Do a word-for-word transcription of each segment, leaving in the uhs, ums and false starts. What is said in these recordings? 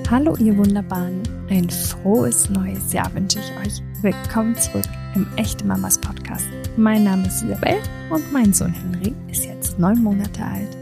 Hallo ihr Wunderbaren, ein frohes neues Jahr wünsche ich euch. Willkommen zurück im Echte Mamas Podcast. Mein Name ist Isabel und mein Sohn Henry ist jetzt neun Monate alt.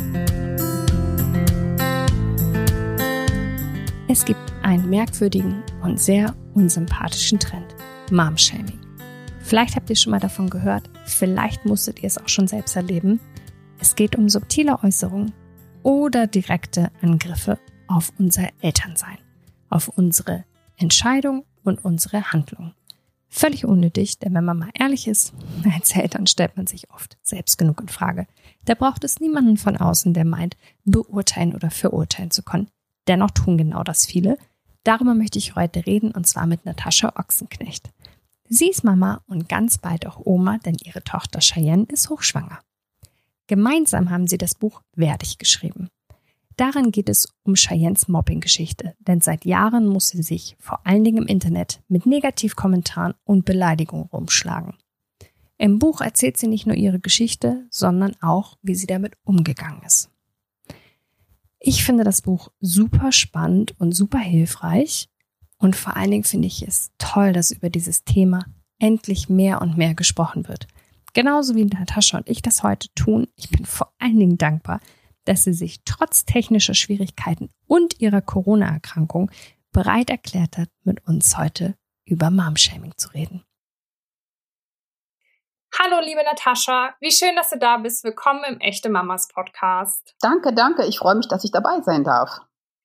Es gibt einen merkwürdigen und sehr unsympathischen Trend, Mom-Shaming. Vielleicht habt ihr schon mal davon gehört, vielleicht musstet ihr es auch schon selbst erleben. Es geht um subtile Äußerungen oder direkte Angriffe auf unser Elternsein, auf unsere Entscheidung und unsere Handlung. Völlig unnötig, denn wenn man mal ehrlich ist, als Eltern stellt man sich oft selbst genug in Frage. Da braucht es niemanden von außen, der meint, beurteilen oder verurteilen zu können. Dennoch tun genau das viele. Darüber möchte ich heute reden, und zwar mit Natascha Ochsenknecht. Sie ist Mama und ganz bald auch Oma, denn ihre Tochter Cheyenne ist hochschwanger. Gemeinsam haben sie das Buch Werdig geschrieben. Darin geht es um Cheyennes Mobbing-Geschichte, denn seit Jahren muss sie sich vor allen Dingen im Internet mit Negativkommentaren und Beleidigungen rumschlagen. Im Buch erzählt sie nicht nur ihre Geschichte, sondern auch, wie sie damit umgegangen ist. Ich finde das Buch super spannend und super hilfreich und vor allen Dingen finde ich es toll, dass über dieses Thema endlich mehr und mehr gesprochen wird. Genauso wie Natascha und ich das heute tun. Ich bin vor allen Dingen dankbar, dass sie sich trotz technischer Schwierigkeiten und ihrer Corona-Erkrankung bereit erklärt hat, mit uns heute über Mom-Shaming zu reden. Hallo liebe Natascha, wie schön, dass du da bist. Willkommen im Echte Mamas Podcast. Danke, danke. Ich freue mich, dass ich dabei sein darf.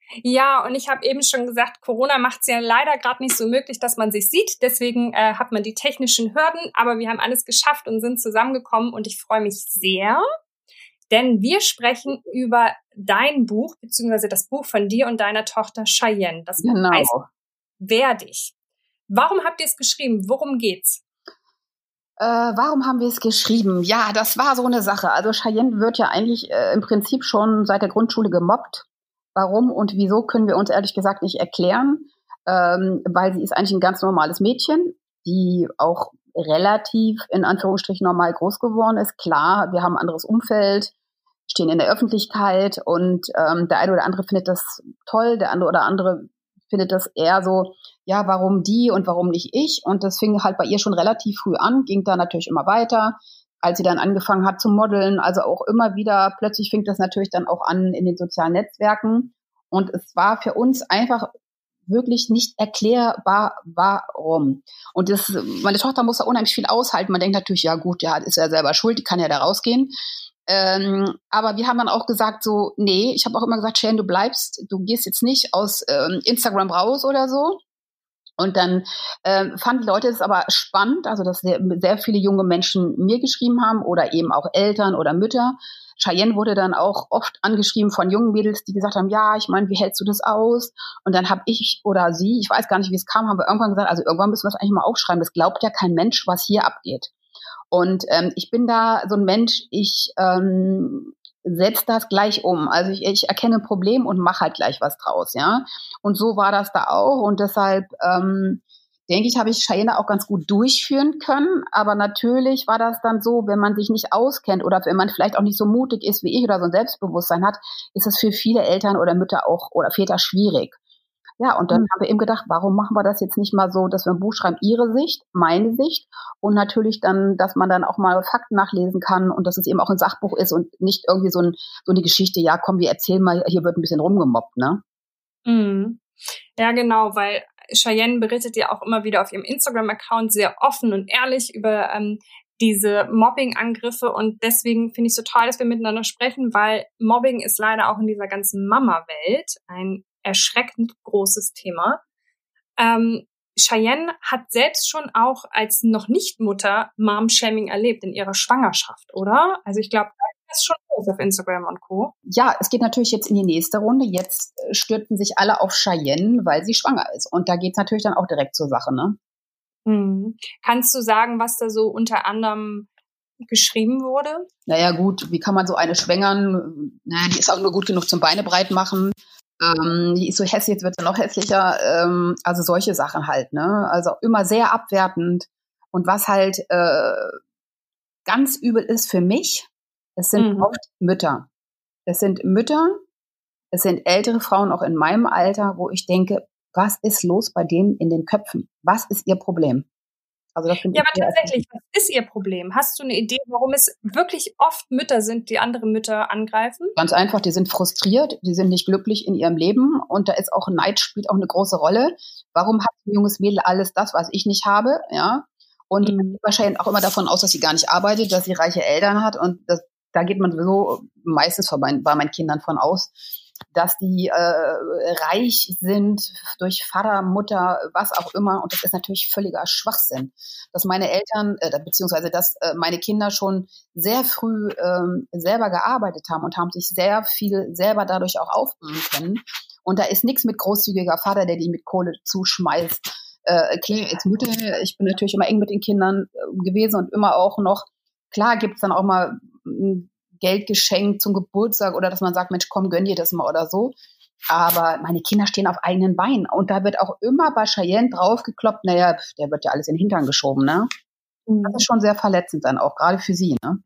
Ja, und ich habe eben schon gesagt, Corona macht es ja leider gerade nicht so möglich, dass man sich sieht. Deswegen äh, hat man die technischen Hürden, aber wir haben alles geschafft und sind zusammengekommen und ich freue mich sehr. Denn wir sprechen über dein Buch, beziehungsweise das Buch von dir und deiner Tochter Cheyenne. Das Buch Genau. heißt Werdig. Warum habt ihr es geschrieben? Worum geht's? Äh, warum haben wir es geschrieben? Ja, das war so eine Sache. Also Cheyenne wird ja eigentlich äh, im Prinzip schon seit der Grundschule gemobbt. Warum und wieso können wir uns ehrlich gesagt nicht erklären. Ähm, weil sie ist eigentlich ein ganz normales Mädchen, die auch relativ, in Anführungsstrichen, normal groß geworden ist. Klar, wir haben ein anderes Umfeld, stehen in der Öffentlichkeit und ähm, der eine oder andere findet das toll, der andere oder andere findet das eher so, ja, warum die und warum nicht ich? Und das fing halt bei ihr schon relativ früh an, ging da natürlich immer weiter, als sie dann angefangen hat zu modeln, also auch immer wieder, plötzlich fing das natürlich dann auch an in den sozialen Netzwerken und es war für uns einfach wirklich nicht erklärbar, warum. Und das, meine Tochter muss da unheimlich viel aushalten. Man denkt natürlich, ja gut, ja, ist ja selber schuld, die kann ja da rausgehen. Ähm, aber wir haben dann auch gesagt so, nee, ich habe auch immer gesagt, Cheyenne, du bleibst, du gehst jetzt nicht aus ähm, Instagram raus oder so. Und dann äh, fanden die Leute es aber spannend, also dass sehr, sehr viele junge Menschen mir geschrieben haben oder eben auch Eltern oder Mütter. Cheyenne wurde dann auch oft angeschrieben von jungen Mädels, die gesagt haben, ja, ich meine, wie hältst du das aus? Und dann habe ich oder sie, ich weiß gar nicht, wie es kam, haben wir irgendwann gesagt, also irgendwann müssen wir es eigentlich mal aufschreiben. Das glaubt ja kein Mensch, was hier abgeht. Und ähm, ich bin da so ein Mensch, ich ähm, setze das gleich um. Also ich, ich erkenne ein Problem und mache halt gleich was draus, ja. Und so war das da auch. Und deshalb ähm, denke ich, habe ich Cheyenne auch ganz gut durchführen können. Aber natürlich war das dann so, wenn man sich nicht auskennt oder wenn man vielleicht auch nicht so mutig ist wie ich oder so ein Selbstbewusstsein hat, ist es für viele Eltern oder Mütter auch oder Väter schwierig. Ja, und dann mhm. haben wir eben gedacht, warum machen wir das jetzt nicht mal so, dass wir ein Buch schreiben, ihre Sicht, meine Sicht und natürlich dann, dass man dann auch mal Fakten nachlesen kann und dass es eben auch ein Sachbuch ist und nicht irgendwie so, ein, so eine Geschichte, ja komm, wir erzählen mal, hier wird ein bisschen rumgemobbt, ne? Mhm. Ja, genau, weil Cheyenne berichtet ja auch immer wieder auf ihrem Instagram-Account sehr offen und ehrlich über ähm, diese Mobbing-Angriffe und deswegen finde ich es so toll, dass wir miteinander sprechen, weil Mobbing ist leider auch in dieser ganzen Mama-Welt ein erschreckend großes Thema. Ähm, Cheyenne hat selbst schon auch als noch nicht Mutter Mom-Shaming erlebt in ihrer Schwangerschaft, oder? Also ich glaube, das ist schon groß auf Instagram und Co. Ja, es geht natürlich jetzt in die nächste Runde. Jetzt stürzen sich alle auf Cheyenne, weil sie schwanger ist. Und da geht es natürlich dann auch direkt zur Sache, ne? Hm. Kannst du sagen, was da so unter anderem geschrieben wurde? Naja gut, wie kann man so eine schwängern? Na, die ist auch nur gut genug zum Beine breit machen. Ähm, die ist so hässlich, jetzt wird sie noch hässlicher. Ähm, also solche Sachen halt, ne? Also immer sehr abwertend. Und was halt äh, ganz übel ist für mich, es sind mhm. oft Mütter. Es sind Mütter, Es sind ältere Frauen auch in meinem Alter, wo ich denke, was ist los bei denen in den Köpfen? Was ist ihr Problem? Also das ja, aber tatsächlich, was ist ihr Problem? Hast du eine Idee, warum es wirklich oft Mütter sind, die andere Mütter angreifen? Ganz einfach, die sind frustriert, die sind nicht glücklich in ihrem Leben und da ist auch Neid spielt auch eine große Rolle. Warum hat ein junges Mädel alles das, was ich nicht habe? Ja. Und mhm. wahrscheinlich auch immer davon aus, dass sie gar nicht arbeitet, dass sie reiche Eltern hat und das, da geht man so meistens vor mein, bei meinen Kindern von aus, dass die äh, reich sind durch Vater, Mutter, was auch immer. Und das ist natürlich völliger Schwachsinn. Dass meine Eltern, äh, beziehungsweise dass äh, meine Kinder schon sehr früh äh, selber gearbeitet haben und haben sich sehr viel selber dadurch auch aufbauen können. Und da ist nichts mit großzügiger Vater, der die mit Kohle zuschmeißt. Äh, klar, als Mutter, ich bin natürlich immer eng mit den Kindern äh, gewesen und immer auch noch, klar gibt's dann auch mal ein Geld geschenkt zum Geburtstag oder dass man sagt, Mensch, komm, gönn dir das mal oder so. Aber meine Kinder stehen auf eigenen Beinen. Und da wird auch immer bei Cheyenne draufgekloppt, naja, der wird ja alles in den Hintern geschoben, ne? Mhm. Das ist schon sehr verletzend dann auch, gerade für sie, ne?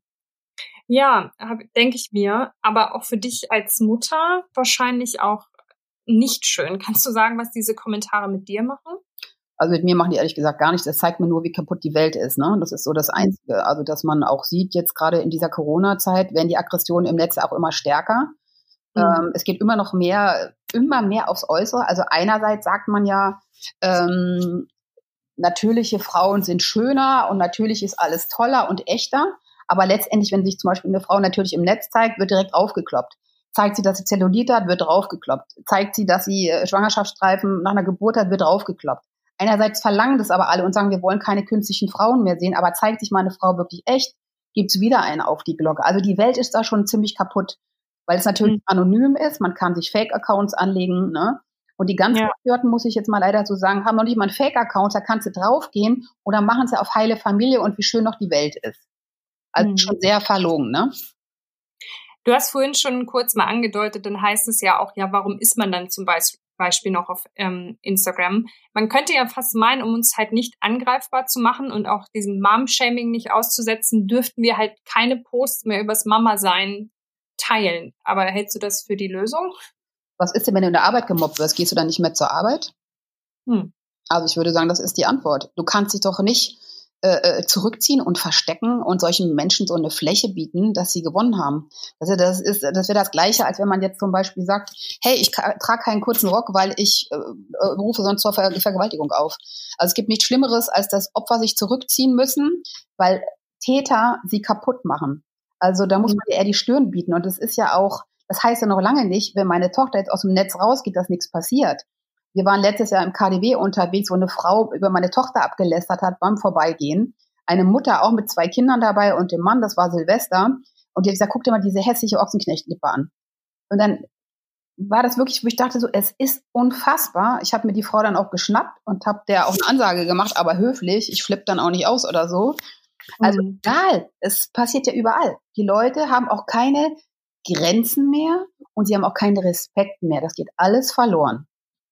Ja, denke ich mir. Aber auch für dich als Mutter wahrscheinlich auch nicht schön. Kannst du sagen, was diese Kommentare mit dir machen? Also mit mir machen die ehrlich gesagt gar nichts. Das zeigt mir nur, wie kaputt die Welt ist, ne? Das ist so das Einzige. Also, dass man auch sieht, jetzt gerade in dieser Corona-Zeit werden die Aggressionen im Netz auch immer stärker. Mhm. Ähm, es geht immer noch mehr, immer mehr aufs Äußere. Also einerseits sagt man ja, ähm, natürliche Frauen sind schöner und natürlich ist alles toller und echter. Aber letztendlich, wenn sich zum Beispiel eine Frau natürlich im Netz zeigt, wird direkt aufgekloppt. Zeigt sie, dass sie Zellulite hat, wird draufgekloppt. Zeigt sie, dass sie Schwangerschaftsstreifen nach einer Geburt hat, wird draufgekloppt. Einerseits verlangen das aber alle und sagen, wir wollen keine künstlichen Frauen mehr sehen, aber zeigt sich mal eine Frau wirklich echt, gibt's wieder einen auf die Glocke. Also die Welt ist da schon ziemlich kaputt, weil es natürlich mhm. anonym ist, man kann sich Fake-Accounts anlegen, ne? Und die ganz Gehörten, ja. muss ich jetzt mal leider so sagen, haben noch nicht mal einen Fake-Account, da kannst du draufgehen oder machen sie auf heile Familie und wie schön noch die Welt ist. Also mhm. schon sehr verlogen, ne? Du hast vorhin schon kurz mal angedeutet, dann heißt es ja auch, ja, warum ist man dann zum Beispiel Beispiel noch auf ähm, Instagram. Man könnte ja fast meinen, um uns halt nicht angreifbar zu machen und auch diesem Mom-Shaming nicht auszusetzen, dürften wir halt keine Posts mehr übers Mama-Sein teilen. Aber hältst du das für die Lösung? Was ist denn, wenn du in der Arbeit gemobbt wirst? Gehst du dann nicht mehr zur Arbeit? Hm. Also ich würde sagen, das ist die Antwort. Du kannst dich doch nicht äh, zurückziehen und verstecken und solchen Menschen so eine Fläche bieten, dass sie gewonnen haben. Also das ist, das wäre das Gleiche, als wenn man jetzt zum Beispiel sagt, hey, ich trage keinen kurzen Rock, weil ich äh, rufe sonst zur Ver- Vergewaltigung auf. Also es gibt nichts Schlimmeres, als dass Opfer sich zurückziehen müssen, weil Täter sie kaputt machen. Also da muss man eher die Stirn bieten. Und das ist ja auch, das heißt ja noch lange nicht, wenn meine Tochter jetzt aus dem Netz rausgeht, dass nichts passiert. Wir waren letztes Jahr im K D W unterwegs, wo eine Frau über meine Tochter abgelästert hat beim Vorbeigehen. Eine Mutter auch mit zwei Kindern dabei und dem Mann, das war Silvester. Und die hat gesagt, guck dir mal diese hässliche Ochsenknechtlippe an. Und dann war das wirklich, wo ich dachte so, es ist unfassbar. Ich habe mir die Frau dann auch geschnappt und habe der auch eine Ansage gemacht, aber höflich. Ich flippe dann auch nicht aus oder so. Also mhm. egal, es passiert ja überall. Die Leute haben auch keine Grenzen mehr und sie haben auch keinen Respekt mehr. Das geht alles verloren.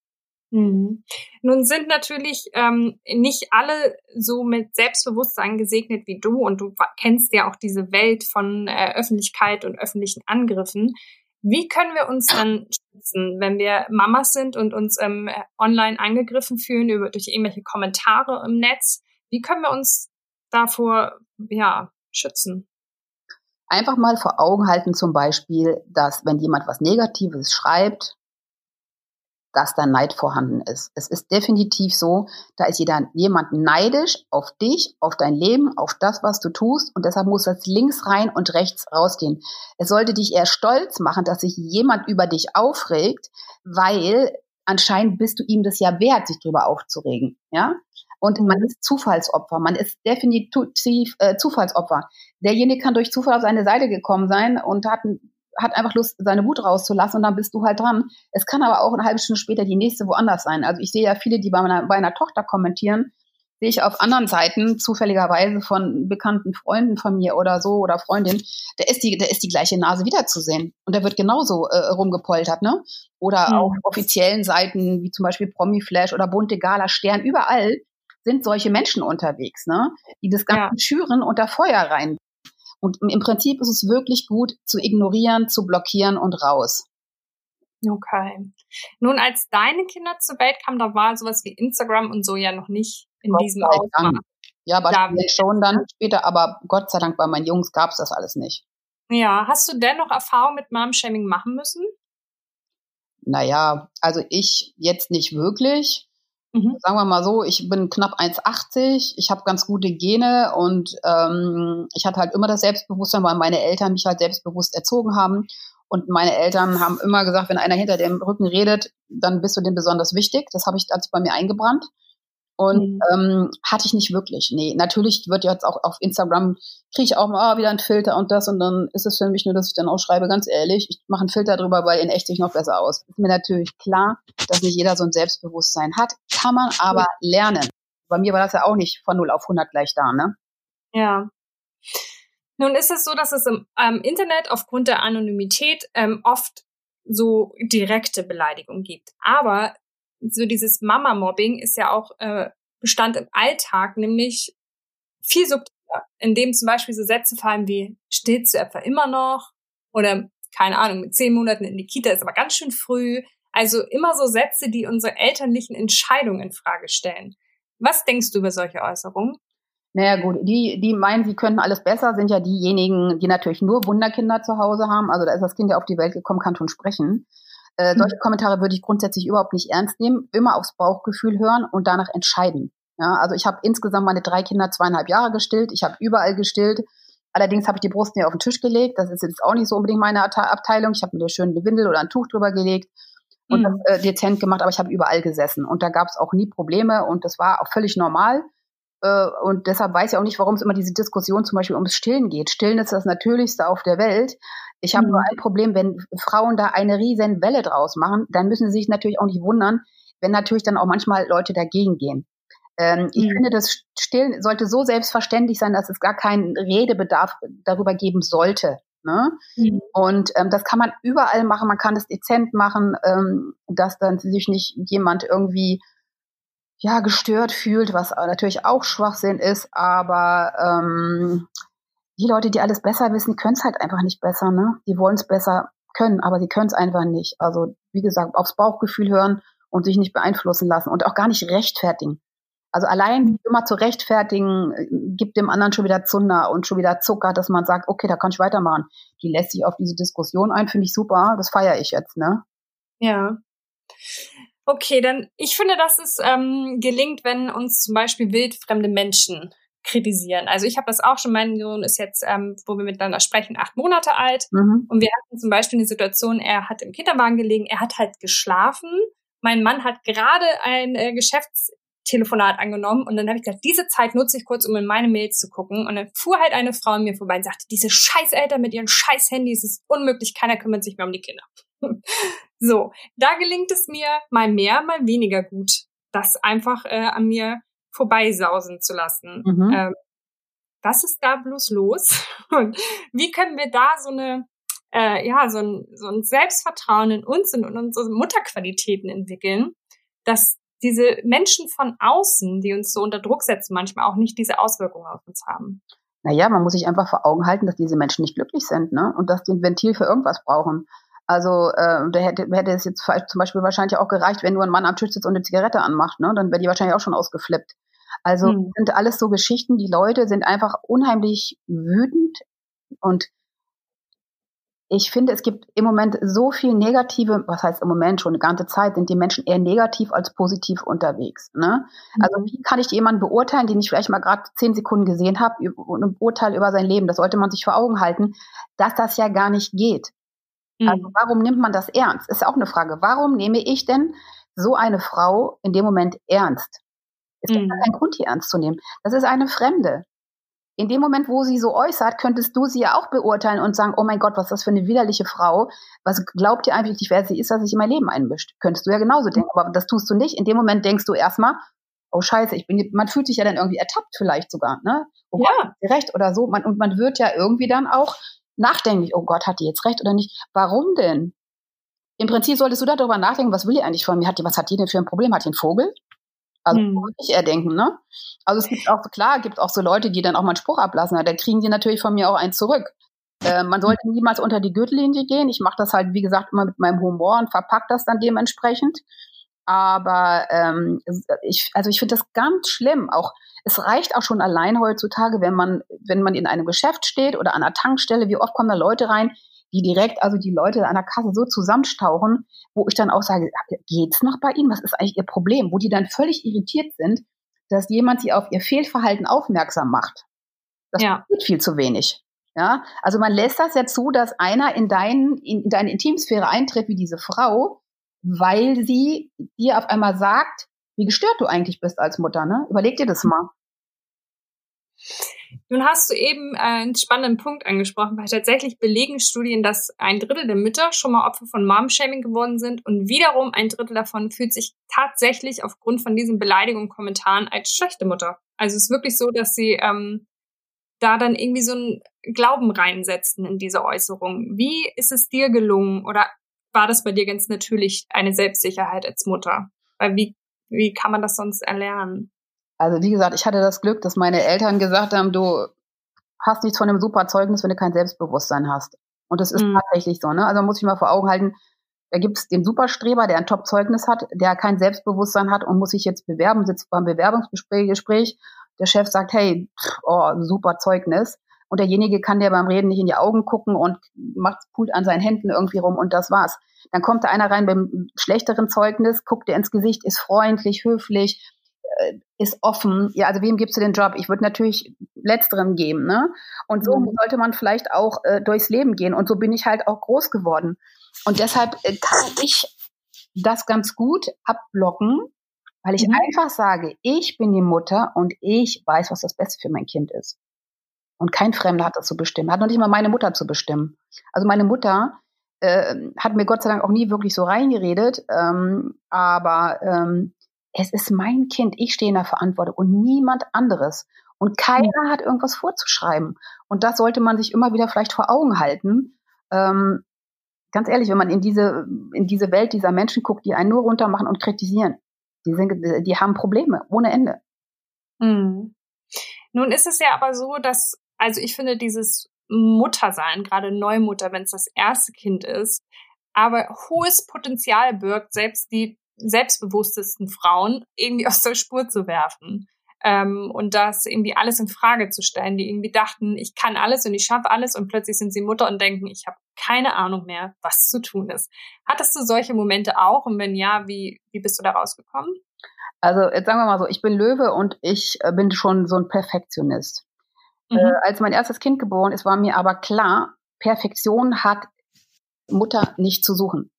Mhm. Nun sind natürlich ähm, nicht alle so mit Selbstbewusstsein gesegnet wie du und du kennst ja auch diese Welt von äh, Öffentlichkeit und öffentlichen Angriffen. Wie können wir uns dann schützen, wenn wir Mamas sind und uns ähm, online angegriffen fühlen über, durch irgendwelche Kommentare im Netz? Wie können wir uns davor ja, schützen? Einfach mal vor Augen halten zum Beispiel, dass wenn jemand was Negatives schreibt, dass da Neid vorhanden ist. Es ist definitiv so, da ist jeder, jemand neidisch auf dich, auf dein Leben, auf das, was du tust und deshalb muss das links rein und rechts rausgehen. Es sollte dich eher stolz machen, dass sich jemand über dich aufregt, weil anscheinend bist du ihm das ja wert, sich drüber aufzuregen, ja? Und man ist Zufallsopfer, man ist definitiv äh, Zufallsopfer. Derjenige kann durch Zufall auf seine Seite gekommen sein und hat ein hat einfach Lust, seine Wut rauszulassen und dann bist du halt dran. Es kann aber auch eine halbe Stunde später die nächste woanders sein. Also ich sehe ja viele, die bei meiner, bei einer Tochter kommentieren, sehe ich auf anderen Seiten zufälligerweise von bekannten Freunden von mir oder so oder Freundinnen, da ist die, da ist die gleiche Nase wiederzusehen. Und da wird genauso äh, rumgepoltert, ne? Oder mhm. auf offiziellen Seiten, wie zum Beispiel Promiflash oder Bunte Gala, Stern, überall sind solche Menschen unterwegs, ne? Die das Ganze ja. schüren und da Feuer rein. Und im Prinzip ist es wirklich gut zu ignorieren, zu blockieren und raus. Okay. Nun, als deine Kinder zur Welt kamen, da war sowas wie Instagram und so ja noch nicht in Gott diesem sei Ausmaß. Dank. Ja, aber Da- schon dann später, aber Gott sei Dank bei meinen Jungs gab es das alles nicht. Ja, hast du dennoch Erfahrung mit Mom-Shaming machen müssen? Naja, also ich jetzt nicht wirklich. Mhm. Sagen wir mal so, ich bin knapp eins Komma achtzig, ich habe ganz gute Gene und ähm, ich hatte halt immer das Selbstbewusstsein, weil meine Eltern mich halt selbstbewusst erzogen haben. Und meine Eltern haben immer gesagt, wenn einer hinter dem Rücken redet, dann bist du dem besonders wichtig. Das habe ich, hat sich bei mir eingebrannt. Und Mhm. ähm, hatte ich nicht wirklich. Nee, natürlich wird jetzt auch auf Instagram, kriege ich auch mal ah, wieder einen Filter und das und dann ist es für mich nur, dass ich dann auch schreibe, ganz ehrlich, ich mache einen Filter drüber, weil in echt sehe ich noch besser aus. Ist mir natürlich klar, dass nicht jeder so ein Selbstbewusstsein hat, kann man aber lernen. Bei mir war das ja auch nicht von null auf hundert gleich da, ne? Ja. Nun ist es so, dass es im ähm, Internet aufgrund der Anonymität ähm, oft so direkte Beleidigung gibt. Aber so dieses Mama-Mobbing ist ja auch äh, Bestand im Alltag, nämlich viel subtiler, in dem zum Beispiel so Sätze fallen wie, stillst du etwa immer noch? Oder, keine Ahnung, mit zehn Monaten in die Kita ist aber ganz schön früh. Also immer so Sätze, die unsere elterlichen Entscheidungen in Frage stellen. Was denkst du über solche Äußerungen? Naja gut, die, die meinen, sie könnten alles besser, sind ja diejenigen, die natürlich nur Wunderkinder zu Hause haben. Also da ist das Kind ja auf die Welt gekommen, kann schon sprechen. Äh, solche Kommentare würde ich grundsätzlich überhaupt nicht ernst nehmen, immer aufs Bauchgefühl hören und danach entscheiden. Ja, also ich habe insgesamt meine drei Kinder zweieinhalb Jahre gestillt, ich habe überall gestillt. Allerdings habe ich die Brust nicht auf den Tisch gelegt, das ist jetzt auch nicht so unbedingt meine Abteilung. Ich habe mir eine schöne Windel oder ein Tuch drüber gelegt und mhm. das äh, dezent gemacht, aber ich habe überall gesessen und da gab es auch nie Probleme und das war auch völlig normal. Äh, und deshalb weiß ich auch nicht, warum es immer diese Diskussion zum Beispiel ums Stillen geht. Stillen ist das Natürlichste auf der Welt. Ich habe mhm. nur ein Problem, wenn Frauen da eine riesen Welle draus machen, dann müssen sie sich natürlich auch nicht wundern, wenn natürlich dann auch manchmal Leute dagegen gehen. Ähm, mhm. Ich finde, das Stillen sollte so selbstverständlich sein, dass es gar keinen Redebedarf darüber geben sollte. Ne? Mhm. Und ähm, das kann man überall machen, man kann es dezent machen, ähm, dass dann sich nicht jemand irgendwie ja gestört fühlt, was natürlich auch Schwachsinn ist, aber ähm, die Leute, die alles besser wissen, die können es halt einfach nicht besser, ne? Die wollen es besser können, aber sie können es einfach nicht. Also wie gesagt, aufs Bauchgefühl hören und sich nicht beeinflussen lassen und auch gar nicht rechtfertigen. Also allein immer zu rechtfertigen, gibt dem anderen schon wieder Zunder und schon wieder Zucker, dass man sagt, okay, da kann ich weitermachen. Die lässt sich auf diese Diskussion ein, finde ich super, das feiere ich jetzt, ne? Ja. Okay, dann, ich finde, dass es ähm, gelingt, wenn uns zum Beispiel wildfremde Menschen kritisieren. Also ich habe das auch schon, mein Sohn ist jetzt, ähm, wo wir miteinander sprechen, acht Monate alt. Mhm. Und wir hatten zum Beispiel eine Situation, er hat im Kinderwagen gelegen, er hat halt geschlafen. Mein Mann hat gerade ein äh, Geschäftstelefonat angenommen und dann habe ich gesagt, diese Zeit nutze ich kurz, um in meine Mails zu gucken. Und dann fuhr halt eine Frau an mir vorbei und sagte, diese scheiß Eltern mit ihren scheiß Handys, ist unmöglich, keiner kümmert sich mehr um die Kinder. So, da gelingt es mir mal mehr, mal weniger gut, das einfach äh, an mir vorbeisausen zu lassen. Mhm. Ähm, was ist da bloß los? Und wie können wir da so eine, äh, ja, so ein, so ein Selbstvertrauen in uns und in unsere Mutterqualitäten entwickeln, dass diese Menschen von außen, die uns so unter Druck setzen, manchmal auch nicht diese Auswirkungen auf uns haben? Naja, man muss sich einfach vor Augen halten, dass diese Menschen nicht glücklich sind, ne? Und dass die ein Ventil für irgendwas brauchen. Also äh, da hätte, hätte es jetzt zum Beispiel wahrscheinlich auch gereicht, wenn nur ein Mann am Tisch sitzt und eine Zigarette anmacht, ne? Dann wäre die wahrscheinlich auch schon ausgeflippt. Also hm. sind alles so Geschichten, die Leute sind einfach unheimlich wütend und ich finde, es gibt im Moment so viel negative, was heißt im Moment schon eine ganze Zeit, sind die Menschen eher negativ als positiv unterwegs. Ne? Mhm. Also wie kann ich jemanden beurteilen, den ich vielleicht mal gerade zehn Sekunden gesehen habe und ein Urteil über sein Leben? Das sollte man sich vor Augen halten, dass das ja gar nicht geht. Mhm. Also warum nimmt man das ernst? Ist auch eine Frage. Warum nehme ich denn so eine Frau in dem Moment ernst? Es gibt mhm. keinen Grund, die ernst zu nehmen. Das ist eine Fremde. In dem Moment, wo sie so äußert, könntest du sie ja auch beurteilen und sagen, oh mein Gott, was ist das für eine widerliche Frau? Was glaubt ihr eigentlich, wer sie ist, dass sich in mein Leben einmischt? Könntest du ja genauso denken, aber das tust du nicht. In dem Moment denkst du erstmal, oh Scheiße, ich bin, man fühlt sich ja dann irgendwie ertappt vielleicht sogar, ne? Oh Gott, ja. Hat sie recht oder so. Man, und man wird ja irgendwie dann auch nachdenklich, oh Gott, hat die jetzt recht oder nicht? Warum denn? Im Prinzip solltest du darüber nachdenken, was will die eigentlich von mir? Hat die, was hat die denn für ein Problem? Hat die einen Vogel? Also hm. würde ich eher denken, ne? Also es gibt auch, klar, gibt auch so Leute, die dann auch mal einen Spruch ablassen, da kriegen die natürlich von mir auch einen zurück. Äh, man sollte niemals unter die Gürtellinie gehen. Ich mache das halt, wie gesagt, immer mit meinem Humor und verpacke das dann dementsprechend. Aber ähm, ich, also ich finde das ganz schlimm. Auch es reicht auch schon allein heutzutage, wenn man, wenn man in einem Geschäft steht oder an einer Tankstelle, wie oft kommen da Leute rein, die direkt, also die Leute an der Kasse so zusammenstauchen, wo ich dann auch sage, geht's noch bei Ihnen? Was ist eigentlich Ihr Problem? Wo die dann völlig irritiert sind, dass jemand sie auf ihr Fehlverhalten aufmerksam macht. Das ja. passiert viel zu wenig. Ja, also man lässt das ja zu, dass einer in, dein, in deine Intimsphäre eintritt, wie diese Frau, weil sie dir auf einmal sagt, wie gestört du eigentlich bist als Mutter, ne? Überleg dir das mal. Nun hast du eben einen spannenden Punkt angesprochen, weil tatsächlich belegen Studien, dass ein Drittel der Mütter schon mal Opfer von Mom-Shaming geworden sind und wiederum ein Drittel davon fühlt sich tatsächlich aufgrund von diesen Beleidigungen und Kommentaren als schlechte Mutter. Also es ist wirklich so, dass sie ähm, da dann irgendwie so einen Glauben reinsetzen in diese Äußerung. Wie ist es dir gelungen oder war das bei dir ganz natürlich eine Selbstsicherheit als Mutter? Weil wie, wie kann man das sonst erlernen? Also wie gesagt, ich hatte das Glück, dass meine Eltern gesagt haben, du hast nichts von einem super Zeugnis, wenn du kein Selbstbewusstsein hast. Und das ist mhm. tatsächlich so. Ne? Also muss ich mal vor Augen halten, da gibt es den Superstreber, der ein Top-Zeugnis hat, der kein Selbstbewusstsein hat und muss sich jetzt bewerben, sitzt beim Bewerbungsgespräch. Der Chef sagt, hey, oh, super Zeugnis. Und derjenige kann dir beim Reden nicht in die Augen gucken und macht pult an seinen Händen irgendwie rum und das war's. Dann kommt da einer rein beim schlechteren Zeugnis, guckt dir ins Gesicht, ist freundlich, höflich, äh, ist offen. Ja, also wem gibst du den Job? Ich würde natürlich Letzteren geben, ne? Und so mhm. sollte man vielleicht auch äh, durchs Leben gehen. Und so bin ich halt auch groß geworden. Und deshalb äh, kann ich das ganz gut abblocken, weil ich mhm. einfach sage, ich bin die Mutter und ich weiß, was das Beste für mein Kind ist. Und kein Fremder hat das zu bestimmen. Hat noch nicht mal meine Mutter zu bestimmen. Also meine Mutter äh, hat mir Gott sei Dank auch nie wirklich so reingeredet. Ähm, aber ähm, es ist mein Kind. Ich stehe in der Verantwortung und niemand anderes. Und keiner mhm. hat irgendwas vorzuschreiben. Und das sollte man sich immer wieder vielleicht vor Augen halten. Ähm, ganz ehrlich, wenn man in diese, in diese Welt dieser Menschen guckt, die einen nur runtermachen und kritisieren, die, sind, die haben Probleme ohne Ende. Mhm. Nun ist es ja aber so, dass, also ich finde dieses Muttersein, gerade Neumutter, wenn es das erste Kind ist, aber hohes Potenzial birgt, selbst die selbstbewusstesten Frauen irgendwie aus der Spur zu werfen. Ähm, und das irgendwie alles in Frage zu stellen, die irgendwie dachten, ich kann alles und ich schaffe alles und plötzlich sind sie Mutter und denken, ich habe keine Ahnung mehr, was zu tun ist. Hattest du solche Momente auch und wenn ja, wie, wie bist du da rausgekommen? Also jetzt sagen wir mal so, ich bin Löwe und ich äh, bin schon so ein Perfektionist. Mhm. Äh, als mein erstes Kind geboren ist, war mir aber klar, Perfektion hat Mutter nicht zu suchen.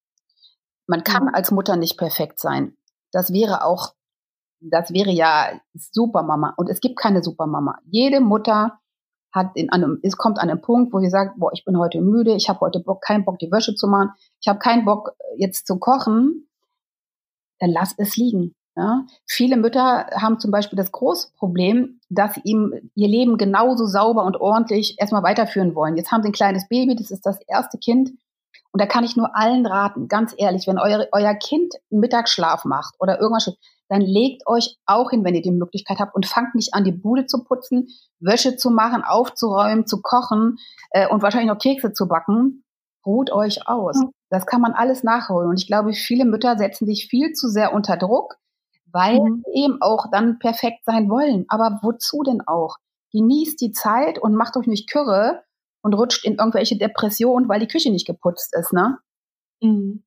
Man kann mhm. als Mutter nicht perfekt sein. Das wäre auch, das wäre ja Supermama. Und es gibt keine Supermama. Jede Mutter hat in einem, es kommt an einen Punkt, wo sie sagt, boah, ich bin heute müde, ich habe heute Bock, keinen Bock, die Wäsche zu machen, ich habe keinen Bock, jetzt zu kochen. Dann lass es liegen. Ja? Viele Mütter haben zum Beispiel das große Problem, dass sie ihm ihr Leben genauso sauber und ordentlich erstmal weiterführen wollen. Jetzt haben sie ein kleines Baby, das ist das erste Kind. Und da kann ich nur allen raten, ganz ehrlich, wenn euer, euer Kind einen Mittagsschlaf macht oder irgendwas, dann legt euch auch hin, wenn ihr die Möglichkeit habt und fangt nicht an, die Bude zu putzen, Wäsche zu machen, aufzuräumen, zu kochen äh, und wahrscheinlich noch Kekse zu backen. Ruht euch aus. Mhm. Das kann man alles nachholen. Und ich glaube, viele Mütter setzen sich viel zu sehr unter Druck, weil mhm. sie eben auch dann perfekt sein wollen. Aber wozu denn auch? Genießt die Zeit und macht euch nicht kürre und rutscht in irgendwelche Depressionen, weil die Küche nicht geputzt ist, ne? Mhm.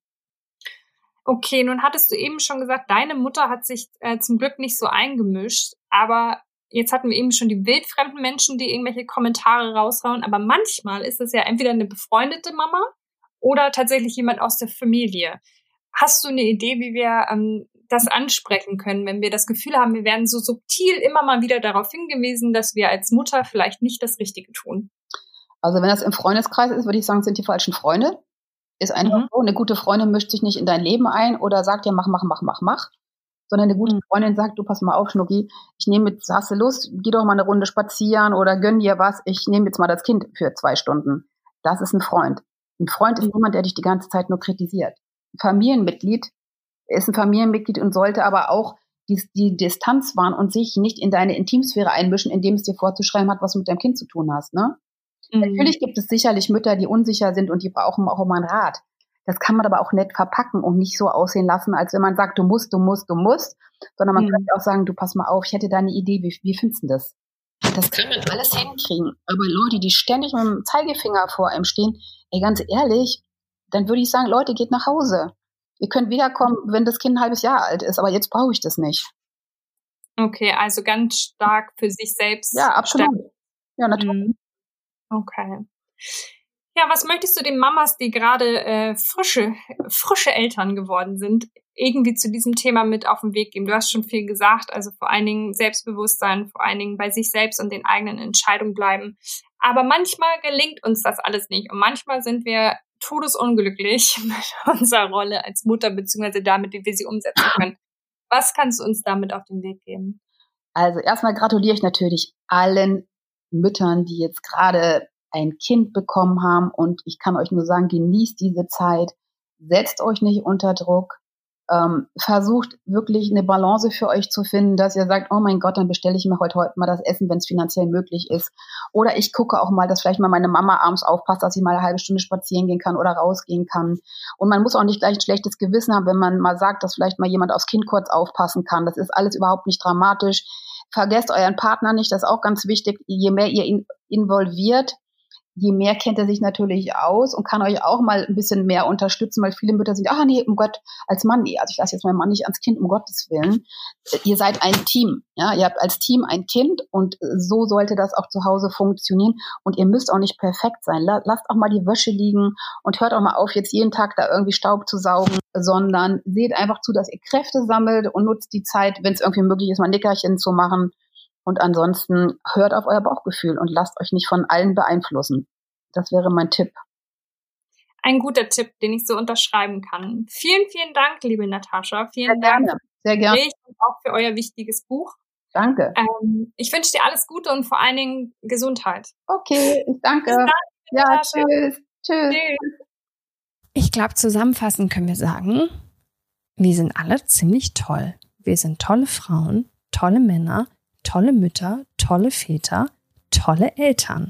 Okay, nun hattest du eben schon gesagt, deine Mutter hat sich äh, zum Glück nicht so eingemischt, aber jetzt hatten wir eben schon die wildfremden Menschen, die irgendwelche Kommentare raushauen, aber manchmal ist es ja entweder eine befreundete Mama oder tatsächlich jemand aus der Familie. Hast du eine Idee, wie wir ähm, das ansprechen können, wenn wir das Gefühl haben, wir werden so subtil immer mal wieder darauf hingewiesen, dass wir als Mutter vielleicht nicht das Richtige tun? Also wenn das im Freundeskreis ist, würde ich sagen, sind die falschen Freunde. Ist einfach mhm. so, eine gute Freundin mischt sich nicht in dein Leben ein oder sagt dir, mach, mach, mach, mach, mach. Sondern eine gute mhm. Freundin sagt, du pass mal auf, Schnucki, ich nehme jetzt, hast du Lust, geh doch mal eine Runde spazieren oder gönn dir was, ich nehme jetzt mal das Kind für zwei Stunden. Das ist ein Freund. Ein Freund ist niemand, der dich die ganze Zeit nur kritisiert. Ein Familienmitglied ist ein Familienmitglied und sollte aber auch die, die Distanz wahren und sich nicht in deine Intimsphäre einmischen, indem es dir vorzuschreiben hat, was du mit deinem Kind zu tun hast, ne? Mhm. Natürlich gibt es sicherlich Mütter, die unsicher sind und die brauchen auch immer einen Rat. Das kann man aber auch nett verpacken und nicht so aussehen lassen, als wenn man sagt, du musst, du musst, du musst, sondern man mhm. könnte auch sagen, du pass mal auf, ich hätte da eine Idee, wie, wie findest du das? Das kann man alles hinkriegen. Aber Leute, die ständig mit dem Zeigefinger vor einem stehen, ey, ganz ehrlich, dann würde ich sagen, Leute, geht nach Hause. Ihr könnt wiederkommen, wenn das Kind ein halbes Jahr alt ist, aber jetzt brauche ich das nicht. Okay, also ganz stark für sich selbst. Ja, absolut. Stellen. Ja, natürlich. Mhm. Okay. Ja, was möchtest du den Mamas, die gerade äh, frische, frische Eltern geworden sind, irgendwie zu diesem Thema mit auf den Weg geben? Du hast schon viel gesagt, also vor allen Dingen Selbstbewusstsein, vor allen Dingen bei sich selbst und den eigenen Entscheidungen bleiben. Aber manchmal gelingt uns das alles nicht und manchmal sind wir todesunglücklich mit unserer Rolle als Mutter beziehungsweise damit, wie wir sie umsetzen können. Was kannst du uns damit auf den Weg geben? Also erstmal gratuliere ich natürlich allen Müttern, die jetzt gerade ein Kind bekommen haben und ich kann euch nur sagen, genießt diese Zeit, setzt euch nicht unter Druck, ähm, versucht wirklich eine Balance für euch zu finden, dass ihr sagt, oh mein Gott, dann bestelle ich mir heute, heute mal das Essen, wenn es finanziell möglich ist. Oder ich gucke auch mal, dass vielleicht mal meine Mama abends aufpasst, dass sie mal eine halbe Stunde spazieren gehen kann oder rausgehen kann. Und man muss auch nicht gleich ein schlechtes Gewissen haben, wenn man mal sagt, dass vielleicht mal jemand aufs Kind kurz aufpassen kann. Das ist alles überhaupt nicht dramatisch. Vergesst euren Partner nicht, das ist auch ganz wichtig. Je mehr ihr ihn involviert, je mehr kennt er sich natürlich aus und kann euch auch mal ein bisschen mehr unterstützen, weil viele Mütter sind, ah nee, um Gott, als Mann, nee, also ich lasse jetzt meinen Mann nicht ans Kind, um Gottes Willen. Ihr seid ein Team, ja, ihr habt als Team ein Kind und so sollte das auch zu Hause funktionieren und ihr müsst auch nicht perfekt sein. Lasst auch mal die Wäsche liegen und hört auch mal auf, jetzt jeden Tag da irgendwie Staub zu saugen, sondern seht einfach zu, dass ihr Kräfte sammelt und nutzt die Zeit, wenn es irgendwie möglich ist, mal ein Nickerchen zu machen. Und ansonsten hört auf euer Bauchgefühl und lasst euch nicht von allen beeinflussen. Das wäre mein Tipp. Ein guter Tipp, den ich so unterschreiben kann. Vielen, vielen Dank, liebe Natascha. Vielen Sehr Dank gerne. Sehr gerne. und auch für euer wichtiges Buch. Danke. Ähm, ich wünsche dir alles Gute und vor allen Dingen Gesundheit. Okay, ich danke. Bis dann, ja, Natascha. tschüss. Tschüss. Tschüss. Ich glaube, zusammenfassend können wir sagen, wir sind alle ziemlich toll. Wir sind tolle Frauen, tolle Männer, tolle Mütter, tolle Väter, tolle Eltern.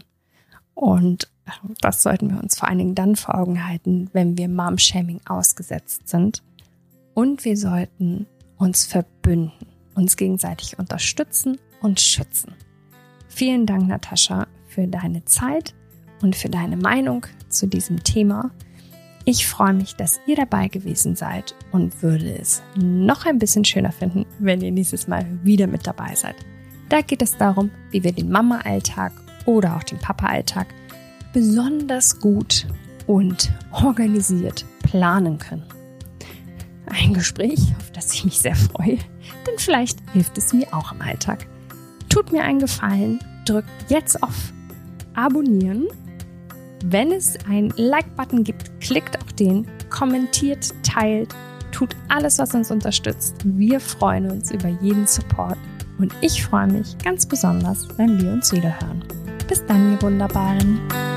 Und das sollten wir uns vor allen Dingen dann vor Augen halten, wenn wir Mom-Shaming ausgesetzt sind. Und wir sollten uns verbünden, uns gegenseitig unterstützen und schützen. Vielen Dank, Natascha, für deine Zeit und für deine Meinung zu diesem Thema. Ich freue mich, dass ihr dabei gewesen seid und würde es noch ein bisschen schöner finden, wenn ihr nächstes Mal wieder mit dabei seid. Da geht es darum, wie wir den Mama-Alltag oder auch den Papa-Alltag besonders gut und organisiert planen können. Ein Gespräch, auf das ich mich sehr freue, denn vielleicht hilft es mir auch im Alltag. Tut mir einen Gefallen, drückt jetzt auf Abonnieren. Wenn es einen Like-Button gibt, klickt auf den, kommentiert, teilt, tut alles, was uns unterstützt. Wir freuen uns über jeden Support und ich freue mich ganz besonders, wenn wir uns wiederhören. Bis dann, ihr Wunderbaren.